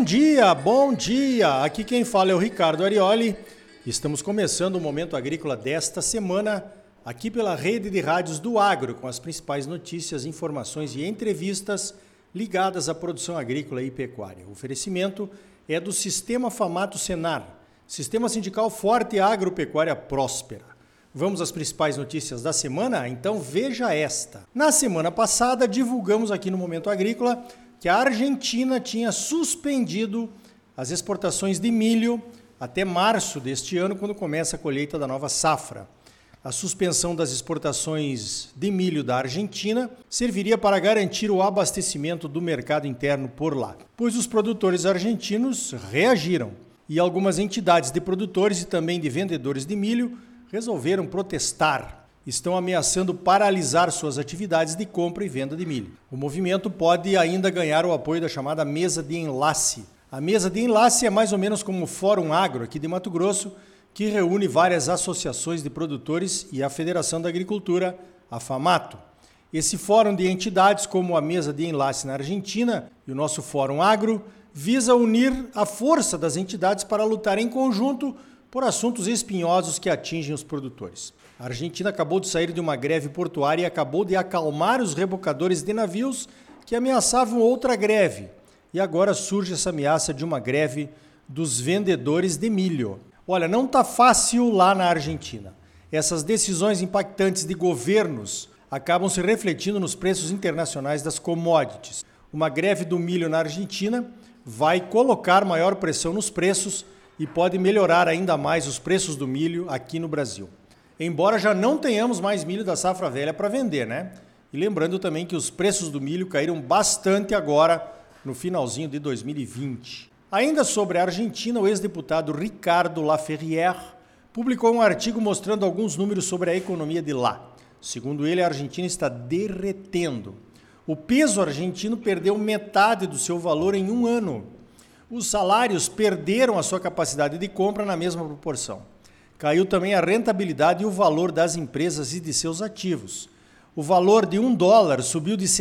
Bom dia! Aqui quem fala é o Ricardo Arioli. Estamos começando o Momento Agrícola desta semana, aqui pela rede de rádios do Agro, com as principais notícias, informações e entrevistas ligadas à produção agrícola e pecuária. O oferecimento é do Sistema Famato Senar, Sistema Sindical Forte e Agropecuária Próspera. Vamos às principais notícias da semana? Então veja esta. Na semana passada, divulgamos aqui no Momento Agrícola que a Argentina tinha suspendido as exportações de milho até março deste ano, quando começa a colheita da nova safra. A suspensão das exportações de milho da Argentina serviria para garantir o abastecimento do mercado interno por lá, pois os produtores argentinos reagiram e algumas entidades de produtores e também de vendedores de milho resolveram protestar. Estão ameaçando paralisar suas atividades de compra e venda de milho. O movimento pode ainda ganhar o apoio da chamada Mesa de Enlace. A Mesa de Enlace é mais ou menos como o Fórum Agro aqui de Mato Grosso, que reúne várias associações de produtores e a Federação da Agricultura, a FAMATO. Esse fórum de entidades, como a Mesa de Enlace na Argentina e o nosso Fórum Agro, visa unir a força das entidades para lutar em conjunto por assuntos espinhosos que atingem os produtores. A Argentina acabou de sair de uma greve portuária e acabou de acalmar os rebocadores de navios que ameaçavam outra greve. E agora surge essa ameaça de uma greve dos vendedores de milho. Olha, não está fácil lá na Argentina. Essas decisões impactantes de governos acabam se refletindo nos preços internacionais das commodities. Uma greve do milho na Argentina vai colocar maior pressão nos preços e pode melhorar ainda mais os preços do milho aqui no Brasil. Embora já não tenhamos mais milho da safra velha para vender, né? E lembrando também que os preços do milho caíram bastante agora no finalzinho de 2020. Ainda sobre a Argentina, o ex-deputado Ricardo Laferrière publicou um artigo mostrando alguns números sobre a economia de lá. Segundo ele, a Argentina está derretendo. O peso argentino perdeu metade do seu valor em um ano. Os salários perderam a sua capacidade de compra na mesma proporção. Caiu também a rentabilidade e o valor das empresas e de seus ativos. O valor de $1 subiu de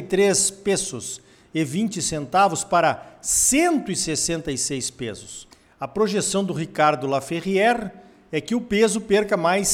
63 pesos e 20 centavos para 166 pesos. A projeção do Ricardo Laferrière é que o peso perca mais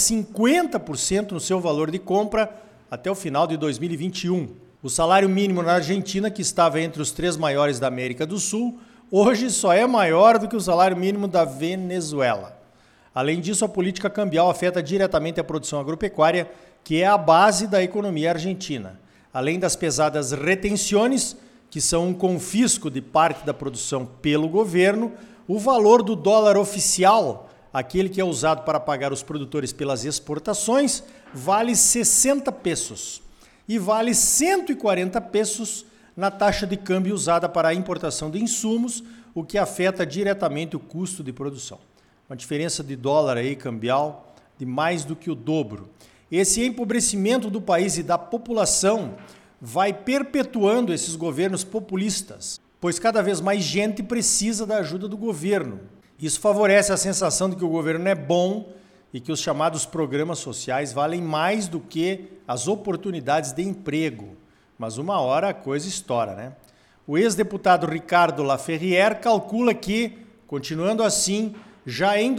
50% no seu valor de compra até o final de 2021. O salário mínimo na Argentina, que estava entre os 3 maiores da América do Sul, hoje só é maior do que o salário mínimo da Venezuela. Além disso, a política cambial afeta diretamente a produção agropecuária, que é a base da economia argentina. Além das pesadas retenções, que são um confisco de parte da produção pelo governo, o valor do dólar oficial, aquele que é usado para pagar os produtores pelas exportações, vale 60 pesos e vale 140 pesos na taxa de câmbio usada para a importação de insumos, o que afeta diretamente o custo de produção. Uma diferença de dólar aí, cambial, de mais do que o dobro. Esse empobrecimento do país e da população vai perpetuando esses governos populistas, pois cada vez mais gente precisa da ajuda do governo. Isso favorece a sensação de que o governo é bom e que os chamados programas sociais valem mais do que as oportunidades de emprego. Mas uma hora a coisa estoura, né? O ex-deputado Ricardo Laferrière calcula que, continuando assim, já em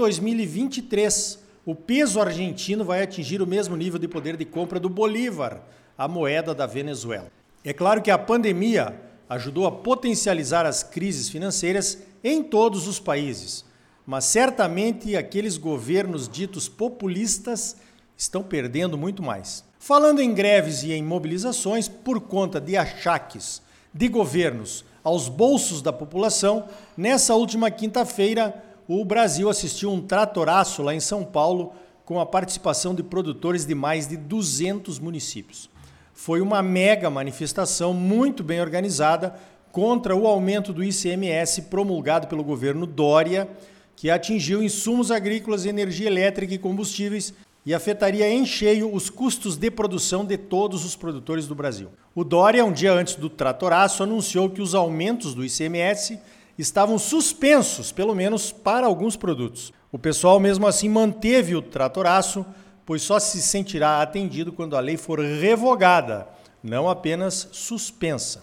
2023, o peso argentino vai atingir o mesmo nível de poder de compra do Bolívar, a moeda da Venezuela. É claro que a pandemia ajudou a potencializar as crises financeiras em todos os países, mas certamente aqueles governos ditos populistas estão perdendo muito mais. Falando em greves e em mobilizações por conta de achaques de governos aos bolsos da população, nessa última quinta-feira, o Brasil assistiu um tratoraço lá em São Paulo com a participação de produtores de mais de 200 municípios. Foi uma mega manifestação muito bem organizada contra o aumento do ICMS promulgado pelo governo Dória, que atingiu insumos agrícolas, energia elétrica e combustíveis e afetaria em cheio os custos de produção de todos os produtores do Brasil. O Dória, um dia antes do tratoraço, anunciou que os aumentos do ICMS estavam suspensos, pelo menos para alguns produtos. O pessoal, mesmo assim, manteve o tratoraço, pois só se sentirá atendido quando a lei for revogada, não apenas suspensa.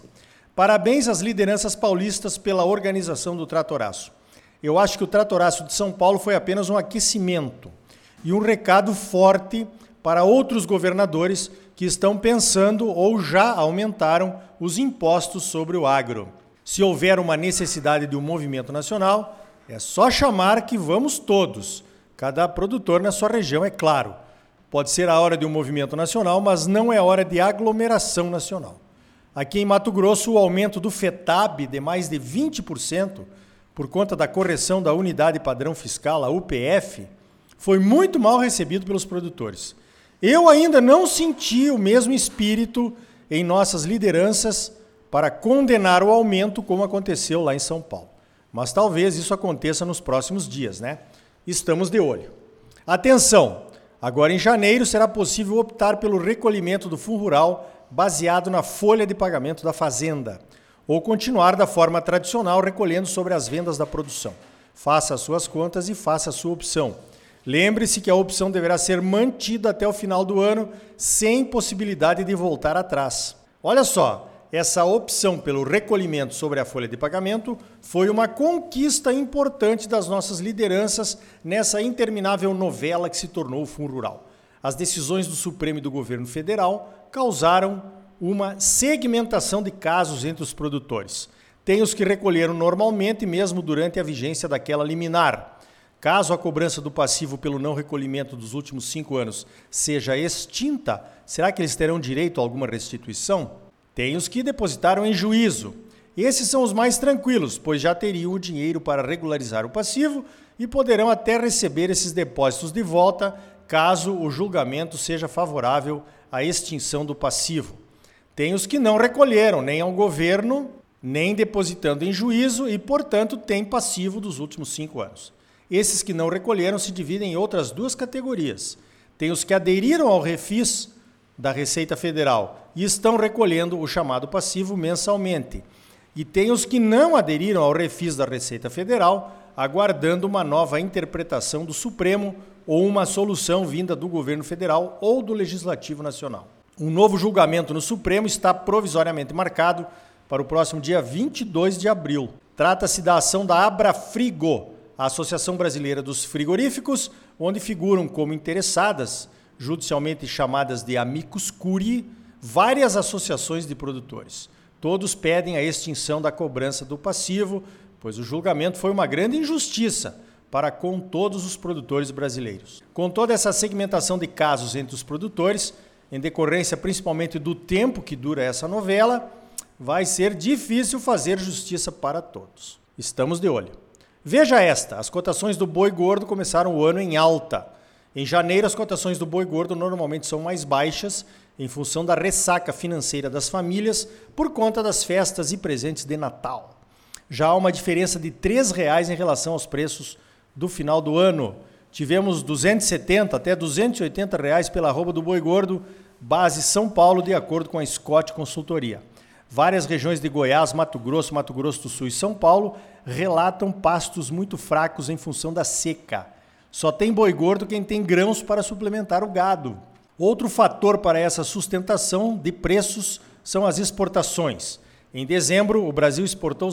Parabéns às lideranças paulistas pela organização do Tratoraço. Eu acho que o Tratoraço de São Paulo foi apenas um aquecimento e um recado forte para outros governadores que estão pensando ou já aumentaram os impostos sobre o agro. Se houver uma necessidade de um movimento nacional, é só chamar que vamos todos. Cada produtor na sua região, é claro. Pode ser a hora de um movimento nacional, mas não é hora de aglomeração nacional. Aqui em Mato Grosso, o aumento do FETAB de mais de 20%, por conta da correção da Unidade Padrão Fiscal, a UPF, foi muito mal recebido pelos produtores. Eu ainda não senti o mesmo espírito em nossas lideranças para condenar o aumento como aconteceu lá em São Paulo. Mas talvez isso aconteça nos próximos dias, né? Estamos de olho. Atenção! Agora em janeiro será possível optar pelo recolhimento do Fundo Rural baseado na folha de pagamento da fazenda, ou continuar da forma tradicional recolhendo sobre as vendas da produção. Faça as suas contas e faça a sua opção. Lembre-se que a opção deverá ser mantida até o final do ano, sem possibilidade de voltar atrás. Olha só, essa opção pelo recolhimento sobre a folha de pagamento foi uma conquista importante das nossas lideranças nessa interminável novela que se tornou o Fundo Rural. As decisões do Supremo e do governo federal causaram uma segmentação de casos entre os produtores. Tem os que recolheram normalmente, mesmo durante a vigência daquela liminar. Caso a cobrança do passivo pelo não recolhimento dos últimos 5 anos seja extinta, será que eles terão direito a alguma restituição? Tem os que depositaram em juízo. Esses são os mais tranquilos, pois já teriam o dinheiro para regularizar o passivo e poderão até receber esses depósitos de volta, caso o julgamento seja favorável à extinção do passivo. Tem os que não recolheram nem ao governo, nem depositando em juízo e, portanto, têm passivo dos últimos 5 anos. Esses que não recolheram se dividem em outras 2 categorias. Tem os que aderiram ao refis da Receita Federal e estão recolhendo o chamado passivo mensalmente. E tem os que não aderiram ao refis da Receita Federal, aguardando uma nova interpretação do Supremo ou uma solução vinda do governo federal ou do Legislativo Nacional. Um novo julgamento no Supremo está provisoriamente marcado para o próximo dia 22 de abril. Trata-se da ação da Abrafrigo, a Associação Brasileira dos Frigoríficos, onde figuram como interessadas, judicialmente chamadas de amicus curiae, várias associações de produtores. Todos pedem a extinção da cobrança do passivo, pois o julgamento foi uma grande injustiça para com todos os produtores brasileiros. Com toda essa segmentação de casos entre os produtores, em decorrência principalmente do tempo que dura essa novela, vai ser difícil fazer justiça para todos. Estamos de olho. Veja esta, as cotações do boi gordo começaram o ano em alta. Em janeiro, as cotações do boi gordo normalmente são mais baixas, em função da ressaca financeira das famílias por conta das festas e presentes de Natal. Já há uma diferença de R$ 3,00 em relação aos preços do final do ano. Tivemos R$ 270 até R$ 280 pela arroba do boi gordo, base São Paulo, de acordo com a Scott Consultoria. Várias regiões de Goiás, Mato Grosso do Sul e São Paulo relatam pastos muito fracos em função da seca. Só tem boi gordo quem tem grãos para suplementar o gado. Outro fator para essa sustentação de preços são as exportações. Em dezembro, o Brasil exportou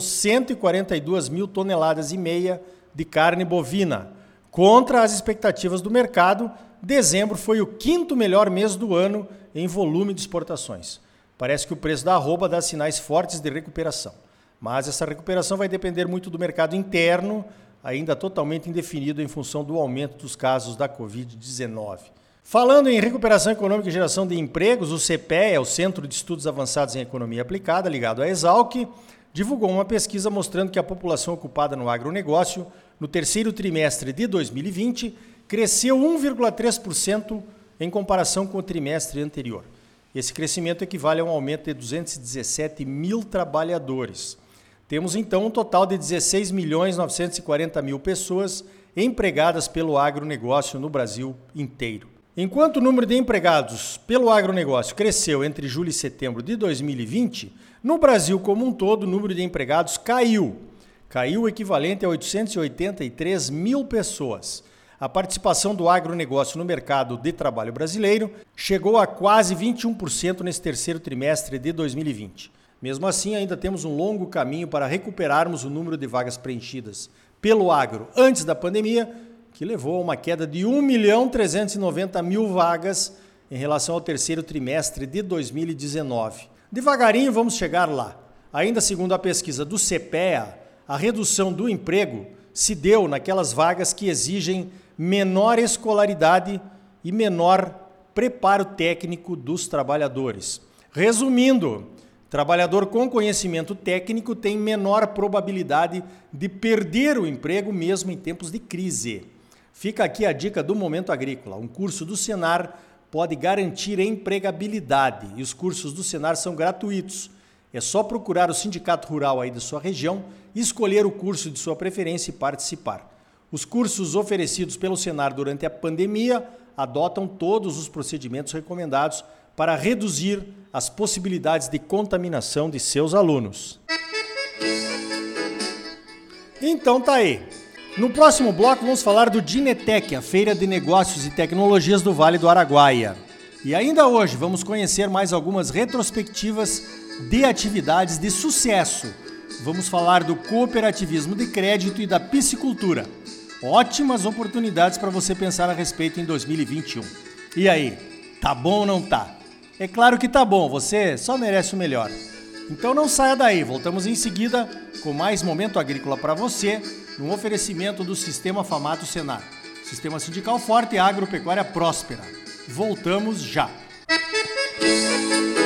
142 mil toneladas e meia de carne bovina. Contra as expectativas do mercado, dezembro foi o 5º melhor mês do ano em volume de exportações. Parece que o preço da arroba dá sinais fortes de recuperação. Mas essa recuperação vai depender muito do mercado interno, ainda totalmente indefinido em função do aumento dos casos da Covid-19. Falando em recuperação econômica e geração de empregos, o CPEA, o Centro de Estudos Avançados em Economia Aplicada, ligado à Exalc, divulgou uma pesquisa mostrando que a população ocupada no agronegócio, no terceiro trimestre de 2020, cresceu 1,3% em comparação com o trimestre anterior. Esse crescimento equivale a um aumento de 217 mil trabalhadores. Temos, então, um total de 16.940.000 pessoas empregadas pelo agronegócio no Brasil inteiro. Enquanto o número de empregados pelo agronegócio cresceu entre julho e setembro de 2020, no Brasil como um todo, o número de empregados caiu. Caiu o equivalente a 883 mil pessoas. A participação do agronegócio no mercado de trabalho brasileiro chegou a quase 21% nesse terceiro trimestre de 2020. Mesmo assim, ainda temos um longo caminho para recuperarmos o número de vagas preenchidas pelo agro antes da pandemia, que levou a uma queda de 1.390.000 vagas em relação ao terceiro trimestre de 2019. Devagarinho vamos chegar lá. Ainda segundo a pesquisa do CPEA, a redução do emprego se deu naquelas vagas que exigem menor escolaridade e menor preparo técnico dos trabalhadores. Resumindo, trabalhador com conhecimento técnico tem menor probabilidade de perder o emprego mesmo em tempos de crise. Fica aqui a dica do Momento Agrícola. Um curso do Senar pode garantir empregabilidade e os cursos do Senar são gratuitos. É só procurar o sindicato rural aí da sua região, escolher o curso de sua preferência e participar. Os cursos oferecidos pelo Senar durante a pandemia adotam todos os procedimentos recomendados para reduzir as possibilidades de contaminação de seus alunos. Então tá aí. No próximo bloco vamos falar do Dinetec, a Feira de Negócios e Tecnologias do Vale do Araguaia. E ainda hoje vamos conhecer mais algumas retrospectivas de atividades de sucesso. Vamos falar do cooperativismo de crédito e da piscicultura. Ótimas oportunidades para você pensar a respeito em 2021. E aí, tá bom ou não tá? É claro que tá bom, você só merece o melhor. Então não saia daí, voltamos em seguida com mais Momento Agrícola para você, num oferecimento do Sistema Famato Senar. Sistema sindical forte e agropecuária próspera. Voltamos já.